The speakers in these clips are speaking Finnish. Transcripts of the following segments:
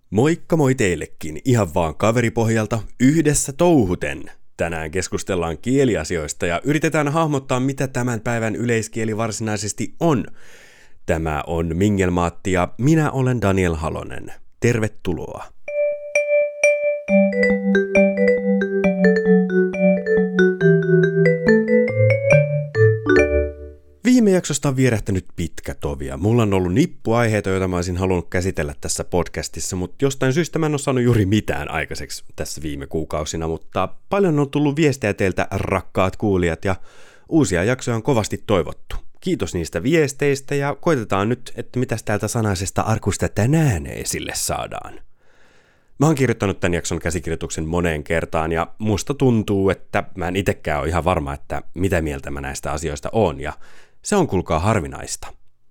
Moikka moi teillekin, ihan vaan kaveripohjalta yhdessä touhuten. Tänään keskustellaan kieliasioista ja yritetään hahmottaa, mitä tämän päivän yleiskieli varsinaisesti on. Tämä on Mingelmaatti ja minä olen Daniel Halonen. Tervetuloa. Viime jaksosta on vierähtänyt pitkä tovi ja mulla on ollut nippuaiheita, joita mä olisin halunnut käsitellä tässä podcastissa, mutta jostain syystä mä en ole saanut juuri mitään aikaiseksi tässä viime kuukausina, mutta paljon on tullut viestejä teiltä, rakkaat kuulijat, ja uusia jaksoja on kovasti toivottu. Kiitos niistä viesteistä ja koitetaan nyt, että mitäs täältä sanaisesta arkusta tänään esille saadaan. Mä oon kirjoittanut tämän jakson käsikirjoituksen moneen kertaan ja musta tuntuu, että mä en itekään ole ihan varma, että mitä mieltä mä näistä asioista oon, ja se on kuulkaa harvinaista.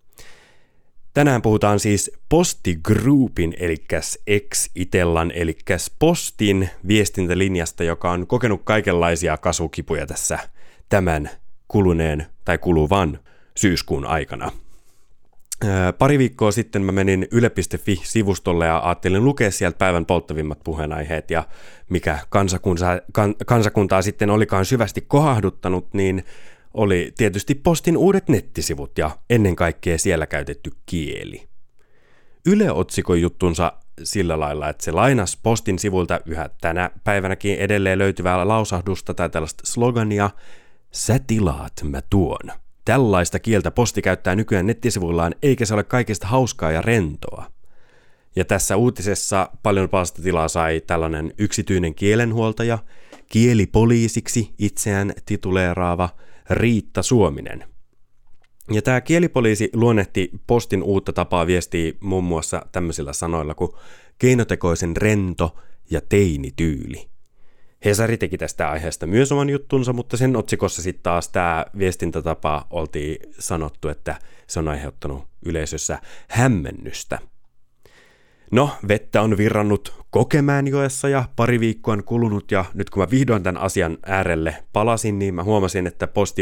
Tänään puhutaan siis Posti Groupin eli ex-Itellan eli Postin viestintälinjasta, joka on kokenut kaikenlaisia kasvukipuja tässä tämän kuluneen tai kuluvan syyskuun aikana. Pari viikkoa sitten mä menin yle.fi-sivustolle ja ajattelin lukea sieltä päivän polttavimmat puheenaiheet, ja mikä kansakuntaa sitten olikaan syvästi kohahduttanut, niin oli tietysti Postin uudet nettisivut ja ennen kaikkea siellä käytetty kieli. Yle otsikoi juttunsa sillä lailla, että se lainasi Postin sivuilta yhä tänä päivänäkin edelleen löytyvää lausahdusta tai tällaista slogania, "Sä tilaat, mä tuon". Tällaista kieltä Posti käyttää nykyään nettisivuillaan, eikä se ole kaikista hauskaa ja rentoa. Ja tässä uutisessa paljon palstatilaa sai tällainen yksityinen kielenhuoltaja, kielipoliisiksi itseään tituleeraava Riitta Suominen. Ja tämä kielipoliisi luonnehti Postin uutta tapaa viestiä muun muassa tämmöisillä sanoilla kuin keinotekoisen rento ja teinityyli. Hesari teki tästä aiheesta myös oman juttunsa, mutta sen otsikossa sitten taas tämä viestintätapa oltiin sanottu, että se on aiheuttanut yleisössä hämmennystä. No, vettä on virrannut Kokemäenjoessa ja pari viikkoa on kulunut, ja nyt kun mä vihdoin tämän asian äärelle palasin, niin mä huomasin, että Posti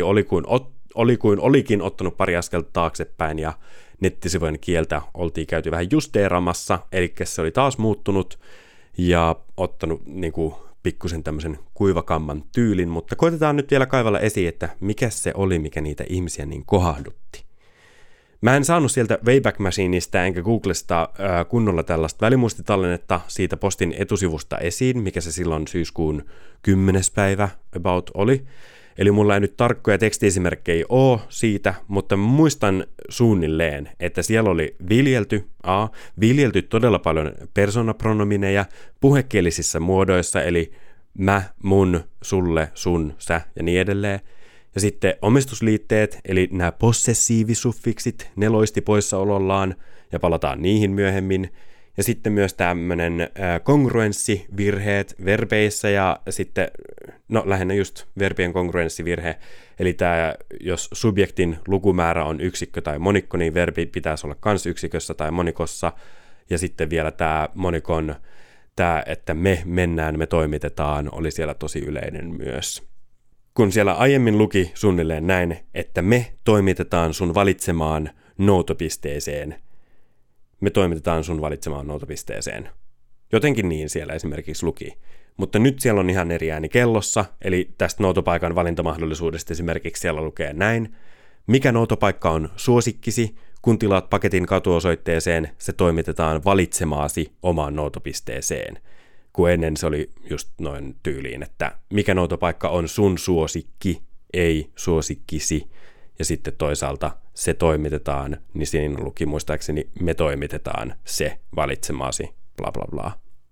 olikin ottanut pari askelta taaksepäin ja nettisivujen kieltä oltiin käyty vähän justeeramassa, eli se oli taas muuttunut ja ottanut pikkusen tämmöisen kuivakamman tyylin, mutta koitetaan nyt vielä kaivalla esiin, että mikä se oli, mikä niitä ihmisiä niin kohahdutti. Mä en saanut sieltä Wayback Machineista enkä Googlesta kunnolla tällaista välimuistitallennetta siitä Postin etusivusta esiin, mikä se silloin syyskuun 10. päivä about oli. Eli mulla ei nyt tarkkoja tekstiesimerkkejä ole siitä, mutta muistan suunnilleen, että siellä oli viljelty todella paljon persoonapronomineja puhekielisissä muodoissa, eli mä, mun, sulle, sun, sä ja niin edelleen. Ja sitten omistusliitteet, eli nämä possessiivisuffiksit, ne loisti poissaolollaan, ja palataan niihin myöhemmin. Ja sitten myös tämmöinen kongruenssivirheet verbeissä ja sitten, lähinnä just verbien kongruenssivirhe, eli tämä, jos subjektin lukumäärä on yksikkö tai monikko, niin verbi pitäisi olla kans yksikössä tai monikossa. Ja sitten vielä tämä monikon, tämä, että me mennään, me toimitetaan, oli siellä tosi yleinen myös. Kun siellä aiemmin luki suunnilleen näin, että me toimitetaan sun valitsemaan noutopisteeseen, me toimitetaan sun valitsemaan noutopisteeseen. Jotenkin niin siellä esimerkiksi luki. Mutta nyt siellä on ihan eri ääni kellossa, eli tästä noutopaikan valintamahdollisuudesta esimerkiksi siellä lukee näin. Mikä noutopaikka on suosikkisi, kun tilaat paketin katuosoitteeseen, se toimitetaan valitsemaasi omaan noutopisteeseen. Kun ennen se oli just noin tyyliin, että mikä noutopaikka on sun suosikki, ei suosikkisi. Ja sitten toisaalta se toimitetaan, niin siinä luki muistaakseni me toimitetaan se valitsemaasi, bla bla bla.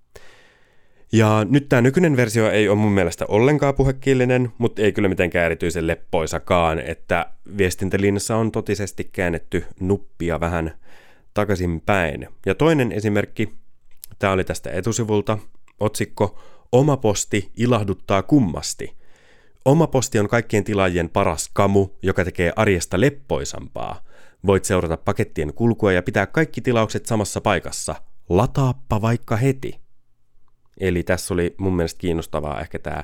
Ja nyt tämä nykyinen versio ei ole mun mielestä ollenkaan puhekielinen, mutta ei kyllä mitenkään erityisen leppoisakaan, että viestintälinjassa on totisesti käännetty nuppia vähän takaisinpäin. Ja toinen esimerkki, tämä oli tästä etusivulta, otsikko "Oma posti ilahduttaa kummasti". Oma posti on kaikkien tilaajien paras kamu, joka tekee arjesta leppoisampaa. Voit seurata pakettien kulkua ja pitää kaikki tilaukset samassa paikassa. Lataappa vaikka heti. Eli tässä oli mun mielestä kiinnostavaa ehkä tämä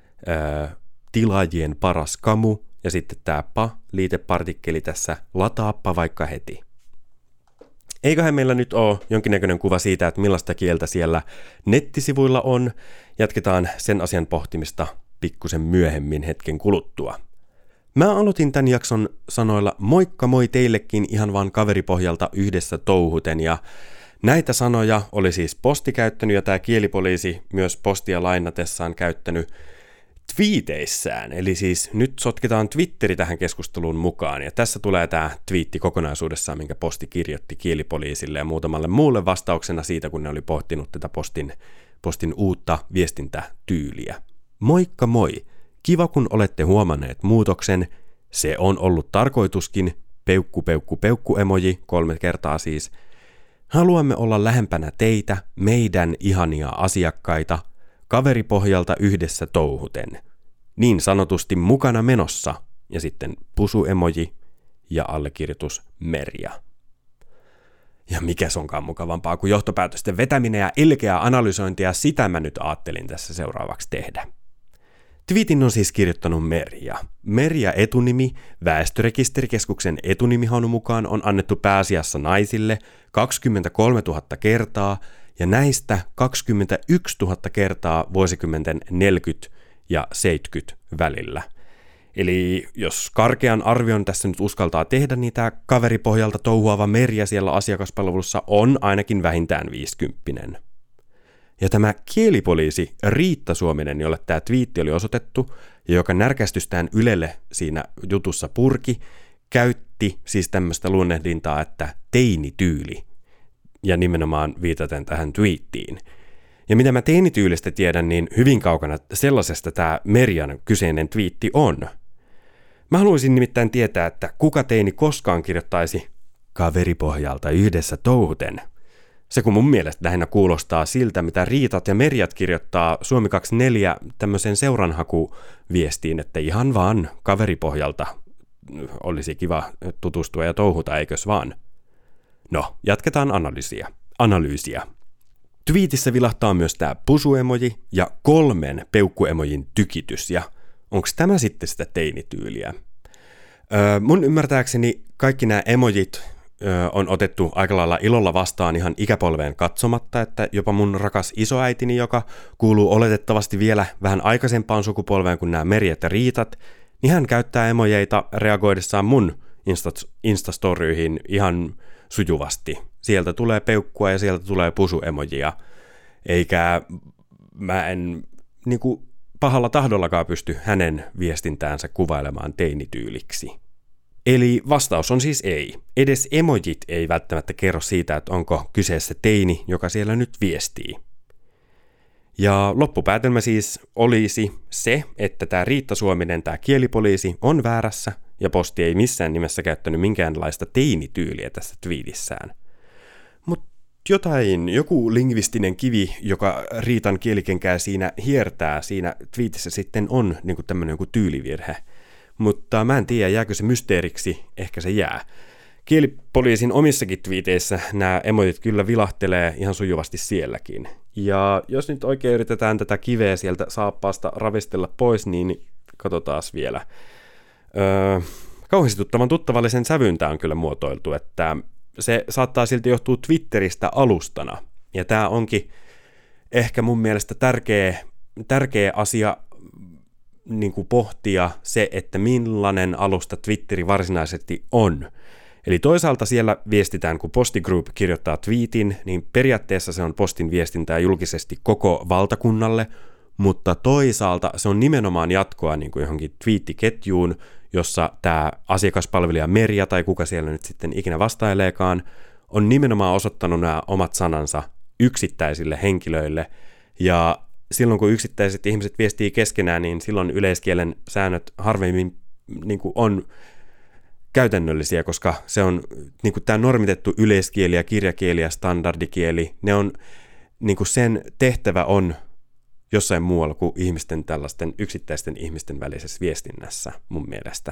tilaajien paras kamu ja sitten tämä liitepartikkeli tässä, lataappa vaikka heti. Eiköhän meillä nyt ole jonkinnäköinen kuva siitä, että millaista kieltä siellä nettisivuilla on. Jatketaan sen asian pohtimista pikkusen myöhemmin hetken kuluttua. Mä aloitin tämän jakson sanoilla moikka moi teillekin ihan vaan kaveripohjalta yhdessä touhuten, ja näitä sanoja oli siis Posti käyttänyt ja tämä kielipoliisi myös Postia lainatessaan käyttänyt twiiteissään. Eli siis nyt sotketaan Twitteri tähän keskusteluun mukaan, ja tässä tulee tämä twiitti kokonaisuudessaan, minkä Posti kirjoitti kielipoliisille ja muutamalle muulle vastauksena siitä, kun ne oli pohtinut tätä Postin uutta viestintätyyliä. Moikka moi! Kiva kun olette huomanneet muutoksen. Se on ollut tarkoituskin. Peukku peukku peukku emoji 3 kertaa siis. Haluamme olla lähempänä teitä, meidän ihania asiakkaita, kaveripohjalta yhdessä touhuten. Niin sanotusti mukana menossa. Ja sitten pusu-emoji ja allekirjoitus Merja. Ja mikäs onkaan mukavampaa kuin johtopäätösten vetäminen ja ilkeä analysointi, ja sitä mä nyt ajattelin tässä seuraavaksi tehdä. Tweetin on siis kirjoittanut Merja. Merja etunimi Väestörekisterikeskuksen etunimihaun mukaan on annettu pääasiassa naisille 23 000 kertaa, ja näistä 21 000 kertaa vuosikymmenten 40 ja 70 välillä. Eli jos karkean arvion tässä nyt uskaltaa tehdä, niin tämä kaveripohjalta touhuava Merja siellä asiakaspalvelussa on ainakin vähintään 50. Ja tämä kielipoliisi Riitta Suominen, jolle tämä twiitti oli osoitettu, ja joka närkästystään Ylelle siinä jutussa purki, käytti siis tämmöistä luonnehdintaa, että teinityyli, ja nimenomaan viitaten tähän twiittiin. Ja mitä mä teinityylistä tiedän, niin hyvin kaukana sellaisesta tämä Merjan kyseinen twiitti on. Mä haluaisin nimittäin tietää, että kuka teini koskaan kirjoittaisi kaveripohjalta yhdessä touhuten. Se kun mun mielestä lähinnä kuulostaa siltä, mitä Riitat ja Merjat kirjoittaa Suomi 24 tämmöiseen seuranhakuviestiin, että ihan vaan kaveripohjalta olisi kiva tutustua ja touhuta, eikös vaan? No, jatketaan analyysiä. Twiitissä vilahtaa myös tämä pusu-emoji ja 3 peukku-emojin tykitys, ja onko tämä sitten sitä teinityyliä? Mun ymmärtääkseni kaikki nämä emojit on otettu aika lailla ilolla vastaan ihan ikäpolveen katsomatta, että jopa mun rakas isoäitini, joka kuuluu oletettavasti vielä vähän aikaisempaan sukupolveen kuin nämä Merjat ja Riitat, niin hän käyttää emojeita reagoidessaan mun instastoryihin ihan sujuvasti. Sieltä tulee peukkua ja sieltä tulee pusu-emojia, eikä mä en pahalla tahdollakaan pysty hänen viestintäänsä kuvailemaan teinityyliksi. Eli vastaus on siis ei. Edes emojit ei välttämättä kerro siitä, että onko kyseessä teini, joka siellä nyt viestii. Ja loppupäätelmä siis olisi se, että tämä Riitta Suominen, tämä kielipoliisi, on väärässä, ja Posti ei missään nimessä käyttänyt minkäänlaista teinityyliä tässä twiitissään. Mutta joku lingvistinen kivi, joka Riitan kielikenkää siinä hiertää, siinä twiitissä sitten on niin tämmöinen joku tyylivirhe. Mutta mä en tiedä, jääkö se mysteeriksi, ehkä se jää. Kielipoliisin omissakin twiiteissä nämä emojit kyllä vilahtelee ihan sujuvasti sielläkin. Ja jos nyt oikein yritetään tätä kiveä sieltä saappaasta ravistella pois, niin katsotaan vielä. Kauhistuttavan tuttavallisen sävyyn tämä on kyllä muotoiltu, että se saattaa silti johtua Twitteristä alustana. Ja tämä onkin ehkä mun mielestä tärkeä asia niin kuin pohtia se, että millainen alusta Twitteri varsinaisesti on. Eli toisaalta siellä viestitään, kun Posti Group kirjoittaa twiitin, niin periaatteessa se on Postin viestintää julkisesti koko valtakunnalle, mutta toisaalta se on nimenomaan jatkoa niin kuin johonkin twiittiketjuun, jossa tämä asiakaspalvelija Merja tai kuka siellä nyt sitten ikinä vastaileekaan, on nimenomaan osoittanut nämä omat sanansa yksittäisille henkilöille, ja silloin kun yksittäiset ihmiset viestii keskenään, niin silloin yleiskielen säännöt harvemmin niin kuin on käytännöllisiä, koska se on niin kuin tämä normitettu yleiskieli ja kirjakieli ja standardikieli, ne on, niin kuin sen tehtävä on jossain muualla kuin ihmisten tällaisten yksittäisten ihmisten välisessä viestinnässä mun mielestä.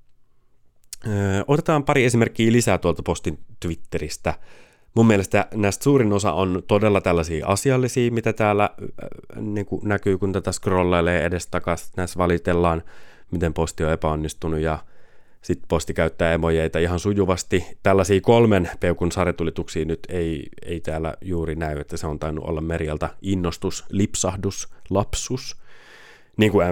Otetaan pari esimerkkiä lisää tuolta Postin Twitteristä. Mun mielestä näistä suurin osa on todella tällaisia asiallisia, mitä täällä niin kuin näkyy, kun tätä scrollailee edestakaisin. Näissä valitellaan, miten Posti on epäonnistunut ja Sitten posti käyttää emojeita ihan sujuvasti. Tällaisia 3 peukun sarjatulituksia nyt ei täällä juuri näy, että se on tainnut olla Merjalta innostus, lipsahdus, lapsus, niin kuin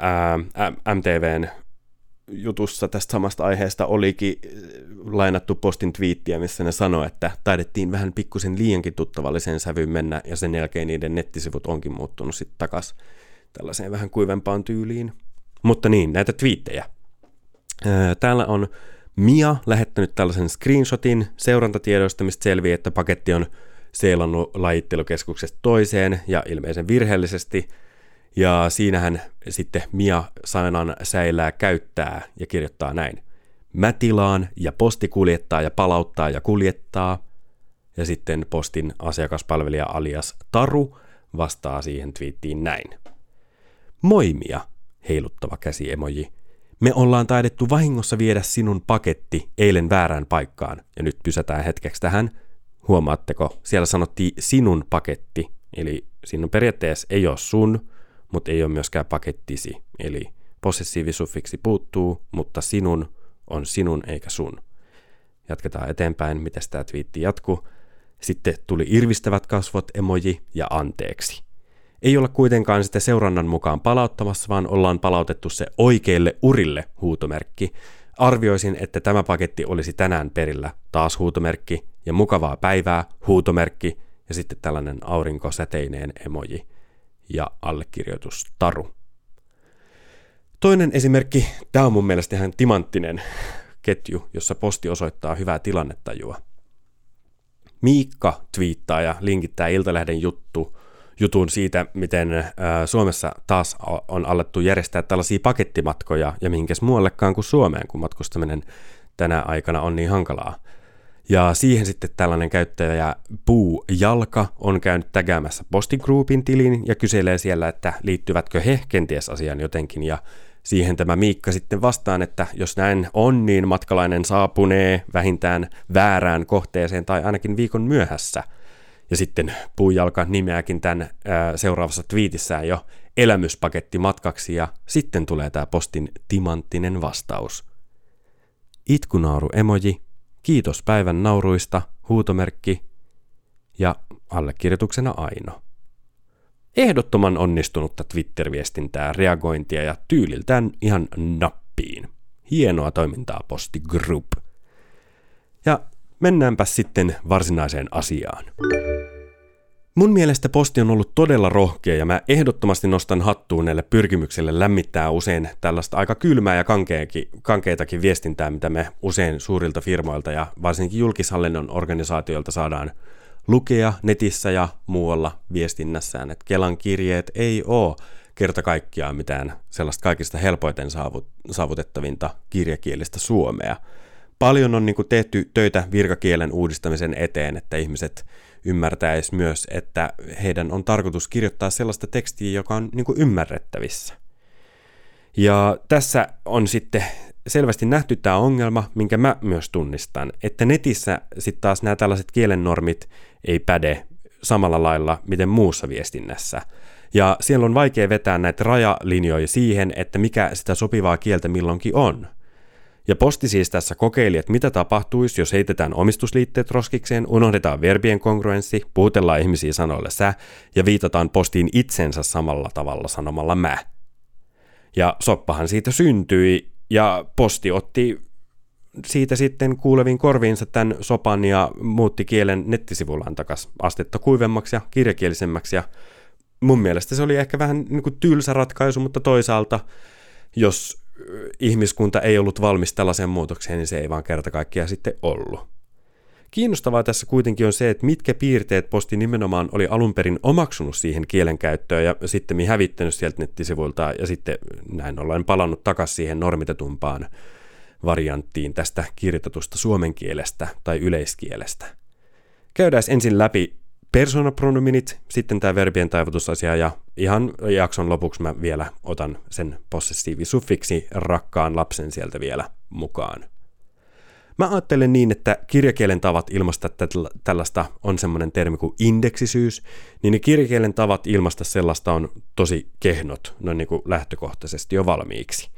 MTVn jutussa tästä samasta aiheesta olikin lainattu postin twiittiä, missä ne sanoi, että taidettiin vähän pikkusen liiankin tuttavalliseen sävyyn mennä, ja sen jälkeen niiden nettisivut onkin muuttunut sitten takaisin tällaiseen vähän kuivempaan tyyliin. Mutta niin, näitä twiittejä. Täällä on Mia lähettänyt tällaisen screenshotin seurantatiedoista, mistä selviää, että paketti on seilannut lajittelukeskuksesta toiseen ja ilmeisen virheellisesti. Ja siinähän sitten Mia sanan säilää käyttää ja kirjoittaa näin. Mä tilaan ja posti kuljettaa ja palauttaa ja kuljettaa. Ja sitten postin asiakaspalvelija alias Taru vastaa siihen twiittiin näin. Moi Mia, heiluttava käsiemoji. Me ollaan taidettu vahingossa viedä sinun paketti eilen väärään paikkaan. Ja nyt pysätään hetkeksi tähän. Huomaatteko, siellä sanottiin sinun paketti. Eli sinun periaatteessa ei ole sun, mutta ei ole myöskään pakettisi. Eli possessiivisuffiksi puuttuu, mutta sinun on sinun eikä sun. Jatketaan eteenpäin, miten tämä twiitti jatkuu. Sitten tuli irvistävät kasvot emoji ja anteeksi. Ei olla kuitenkaan sitä seurannan mukaan palauttamassa, vaan ollaan palautettu se oikeille urille huutomerkki. Arvioisin, että tämä paketti olisi tänään perillä taas huutomerkki ja mukavaa päivää huutomerkki ja sitten tällainen aurinkosäteineen emoji ja allekirjoitus Taru. Toinen esimerkki, tämä on mun mielestä ihan timanttinen ketju, jossa posti osoittaa hyvää tilannetajua. Miikka twiittaa ja linkittää Iltalehden jutun siitä, miten Suomessa taas on alettu järjestää tällaisia pakettimatkoja ja mihinkäs muuallekaan kuin Suomeen, kun matkustaminen tänä aikana on niin hankalaa. Ja siihen sitten tällainen käyttäjä Puu Jalka on käynyt tägäämässä postigroupin tilin ja kyselee siellä, että liittyvätkö he kenties asiaan jotenkin. Ja siihen tämä Miikka sitten vastaan, että jos näin on, niin matkalainen saapunee vähintään väärään kohteeseen tai ainakin viikon myöhässä. Ja sitten Puujalka nimeääkin tämän seuraavassa twiitissään jo elämyspaketti matkaksi ja sitten tulee tämä postin timanttinen vastaus. Itkunaaru emoji, kiitos päivän nauruista, huutomerkki ja allekirjoituksena Aino. Ehdottoman onnistunutta Twitter-viestintää, reagointia ja tyyliltään ihan nappiin. Hienoa toimintaa Posti Group. Ja mennäänpä sitten varsinaiseen asiaan. Mun mielestä posti on ollut todella rohkea ja mä ehdottomasti nostan hattuun näille pyrkimykselle lämmittää usein tällaista aika kylmää ja kankeitakin viestintää, mitä me usein suurilta firmoilta ja varsinkin julkishallinnon organisaatioilta saadaan lukea netissä ja muualla viestinnässään, että Kelan kirjeet ei ole kerta kaikkiaan mitään sellaista kaikista helpoiten saavutettavinta kirjakielistä suomea. Paljon on tehty töitä virkakielen uudistamisen eteen, että ihmiset ymmärtäisi myös, että heidän on tarkoitus kirjoittaa sellaista tekstiä, joka on ymmärrettävissä. Ja tässä on sitten selvästi nähty tämä ongelma, minkä mä myös tunnistan, että netissä sitten taas nämä tällaiset kielennormit ei päde samalla lailla miten muussa viestinnässä. Ja siellä on vaikea vetää näitä rajalinjoja siihen, että mikä sitä sopivaa kieltä milloinkin on. Ja posti siis tässä kokeili, että mitä tapahtuisi, jos heitetään omistusliitteet roskikseen, unohdetaan verbien kongruenssi, puhutellaan ihmisiä sanoilla sä ja viitataan postiin itsensä samalla tavalla sanomalla mä. Ja soppahan siitä syntyi ja posti otti siitä sitten kuuleviin korviinsa tämän sopan ja muutti kielen nettisivullaan takaisin astetta kuivemmaksi ja kirjakielisemmäksi. Ja mun mielestä se oli ehkä vähän tylsä ratkaisu, mutta toisaalta jos ihmiskunta ei ollut valmis tällaiseen muutokseen, niin se ei vaan kerta kaikkiaan sitten ollut. Kiinnostavaa tässä kuitenkin on se, että mitkä piirteet posti nimenomaan oli alun perin omaksunut siihen kielenkäyttöön ja sitten hävittänyt sieltä nettisivuilta ja sitten näin ollen palannut takaisin siihen normitetumpaan varianttiin tästä kirjoitetusta suomen kielestä tai yleiskielestä. Käydään ensin läpi persoonapronominit, sitten tämä verbien taivutusasia ja ihan jakson lopuksi mä vielä otan sen possessiivisuffiksi rakkaan lapsen sieltä vielä mukaan. Mä ajattelen niin, että kirjakielen tavat ilmaista tällaista on semmoinen termi kuin indeksisyys, niin ne kirjakielen tavat ilmaista sellaista on tosi kehnot, noin lähtökohtaisesti jo valmiiksi.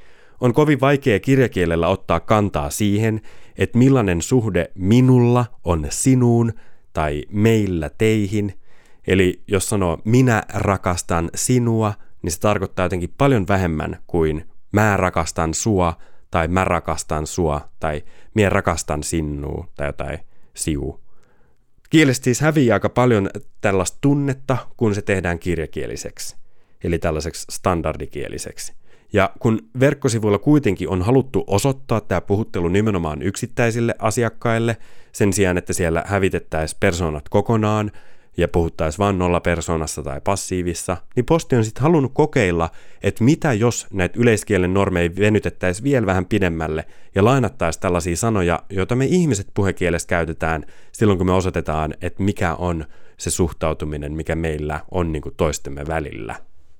on kovin vaikea kirjakielellä ottaa kantaa siihen, että millainen suhde minulla on sinuun tai meillä teihin. Eli jos sanoo minä rakastan sinua, niin se tarkoittaa jotenkin paljon vähemmän kuin mä rakastan sua tai mä rakastan sua tai mie rakastan sinua tai jotain siu. Kielestä siis häviää aika paljon tällaista tunnetta, kun se tehdään kirjakieliseksi, eli tällaiseksi standardikieliseksi. Ja kun verkkosivuilla kuitenkin on haluttu osoittaa tämä puhuttelu nimenomaan yksittäisille asiakkaille, sen sijaan, että siellä hävitettäisiin persoonat kokonaan ja puhuttaisiin vain nollapersoonassa tai passiivissa, niin Posti on sitten halunnut kokeilla, että mitä jos näitä yleiskielen normeja venytettäisiin vielä vähän pidemmälle ja lainattaisiin tällaisia sanoja, joita me ihmiset puhekielessä käytetään silloin, kun me osoitetaan, että mikä on se suhtautuminen, mikä meillä on niin kuin toistemme välillä.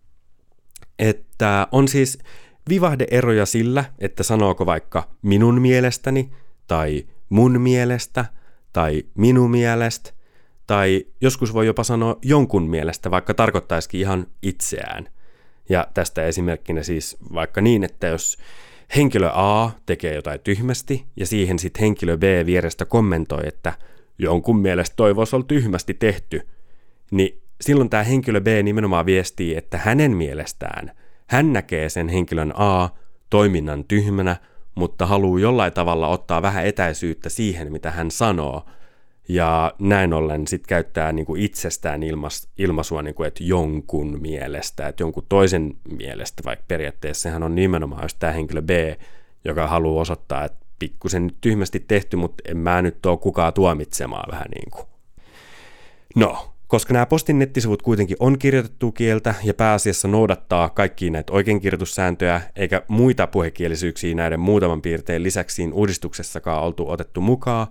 Että on siis vivahde-eroja sillä, että sanooko vaikka minun mielestäni tai mun mielestä tai minun mielestä, tai joskus voi jopa sanoa jonkun mielestä, vaikka tarkoittaisikin ihan itseään. Ja tästä esimerkkinä siis vaikka niin, että jos henkilö A tekee jotain tyhmästi ja siihen sitten henkilö B vierestä kommentoi, että jonkun mielestä toi voisi olla tyhmästi tehty, niin silloin tämä henkilö B nimenomaan viestii, että hänen mielestään hän näkee sen henkilön A toiminnan tyhmänä, mutta haluaa jollain tavalla ottaa vähän etäisyyttä siihen, mitä hän sanoo. Ja näin ollen sitten käyttää niinku itsestään ilmaisua, niinku, että jonkun mielestä, että jonkun toisen mielestä, vaikka periaatteessa sehän on nimenomaan just tämä henkilö B, joka haluaa osoittaa, että pikkusen nyt tyhmästi tehty, mutta en mä nyt ole kukaan tuomitsemaan vähän niin kuin. No, koska nämä Postin nettisivut kuitenkin on kirjoitettu kieltä ja pääasiassa noudattaa kaikkia näitä oikeinkirjoitussääntöjä, eikä muita puhekielisyyksiä näiden muutaman piirteen lisäksi siinä uudistuksessakaan oltu otettu mukaan,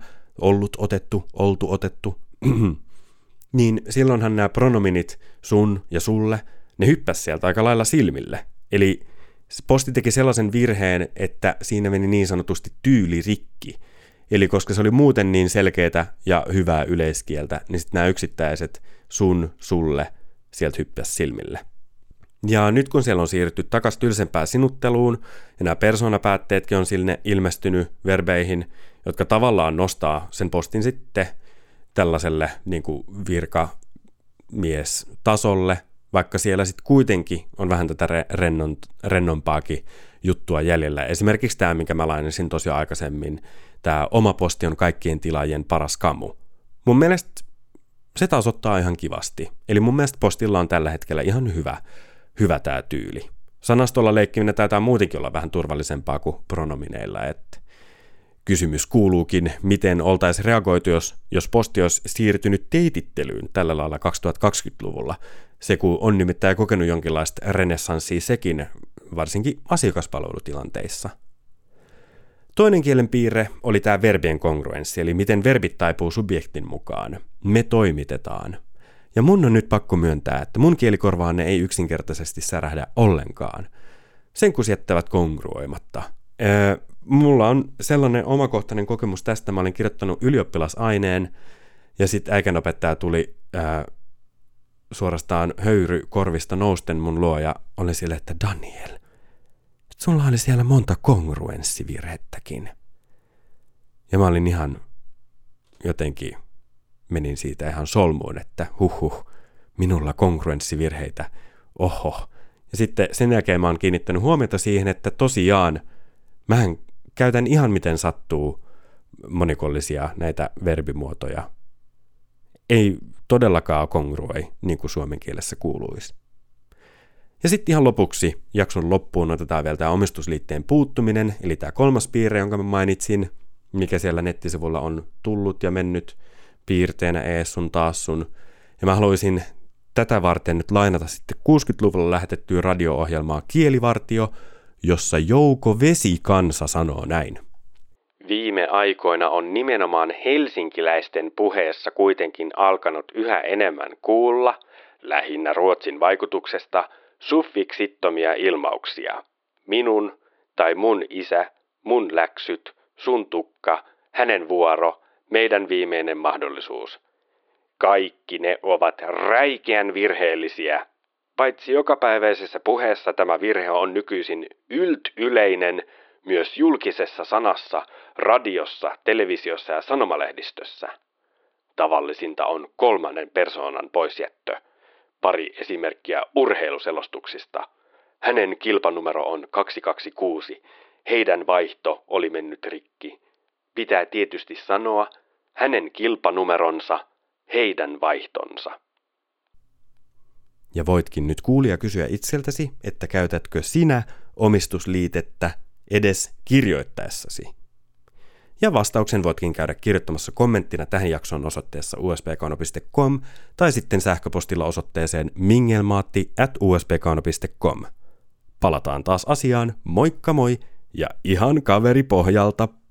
oltu otettu, niin silloinhan nämä pronominit sun ja sulle, ne hyppäs sieltä aika lailla silmille. Eli Posti teki sellaisen virheen, että siinä meni niin sanotusti tyyli rikki. Eli koska se oli muuten niin selkeätä ja hyvää yleiskieltä, niin sitten nämä yksittäiset sun, sulle sieltä hyppäs silmille. Ja nyt kun siellä on siirrytty takaisin tylsempään sinutteluun, ja nämä persoonapäätteetkin on sinne ilmestynyt verbeihin, jotka tavallaan nostaa sen Postin sitten tällaiselle niin kuin virkamiestasolle, vaikka siellä sitten kuitenkin on vähän tätä rennompaakin juttua jäljellä. Esimerkiksi tämä, minkä mä lainasin tosiaan aikaisemmin, tämä oma posti on kaikkien tilaajien paras kamu. Mun mielestä se taas ottaa ihan kivasti. Eli mun mielestä Postilla on tällä hetkellä ihan hyvä tämä tyyli. Sanastolla leikkiminen taitaa muutenkin olla vähän turvallisempaa kuin pronomineilla, että kysymys kuuluukin, miten oltaisiin reagoitu, jos Posti olisi siirtynyt teitittelyyn tällä lailla 2020-luvulla. Se kun on nimittäin kokenut jonkinlaista renessanssia sekin, varsinkin asiakaspalvelutilanteissa. Toinen kielen piirre oli tämä verbien kongruenssi, eli miten verbit taipuu subjektin mukaan. Me toimitetaan. Ja mun on nyt pakko myöntää, että mun kielikorvaanne ei yksinkertaisesti särähdä ollenkaan. Sen kun jättävät kongruoimatta. Mulla on sellainen omakohtainen kokemus tästä. Mä olin kirjoittanut ylioppilasaineen ja sitten äikänopettaja tuli suorastaan höyry korvista nousten mun luo ja oli sille, että Daniel, sulla oli siellä monta kongruenssivirhettäkin. Ja mä olin ihan jotenkin, menin siitä ihan solmuun, että minulla kongruenssivirheitä, oho. Ja sitten sen jälkeen mä oon kiinnittänyt huomiota siihen, että tosiaan mähän käytän ihan miten sattuu monikollisia näitä verbimuotoja. Ei todellakaan kongruoi, niin kuin suomen kielessä kuuluisi. Ja sitten ihan lopuksi jakson loppuun otetaan vielä tämä omistusliitteen puuttuminen, eli tämä kolmas piirre, jonka mä mainitsin, mikä siellä nettisivulla on tullut ja mennyt piirteenä ees sun taas sun. Ja mä haluaisin tätä varten nyt lainata sitten 60-luvulla lähetettyä radio-ohjelmaa Kielivartio, jossa Jouko Vesikansa sanoo näin. Viime aikoina on nimenomaan helsinkiläisten puheessa kuitenkin alkanut yhä enemmän kuulla, lähinnä Ruotsin vaikutuksesta, suffiksittomia ilmauksia. Minun tai mun isä, mun läksyt, sun tukka, hänen vuoro, meidän viimeinen mahdollisuus. Kaikki ne ovat räikeän virheellisiä, Paitsi jokapäiväisessä puheessa tämä virhe on nykyisin yleinen myös julkisessa sanassa, radiossa, televisiossa ja sanomalehdistössä. Tavallisinta on kolmannen persoonan poisjättö. Pari esimerkkiä urheiluselostuksista. Hänen kilpanumero on 226. Heidän vaihto oli mennyt rikki. Pitää tietysti sanoa hänen kilpanumeronsa, heidän vaihtonsa. Ja voitkin nyt kuulija kysyä itseltäsi, että käytätkö sinä omistusliitettä edes kirjoittaessasi. Ja vastauksen voitkin käydä kirjoittamassa kommenttina tähän jaksoon osoitteessa uspkauno.com tai sitten sähköpostilla osoitteeseen mingelmaatti@uspkauno.com. Palataan taas asiaan, moikka moi ja ihan kaveripohjalta!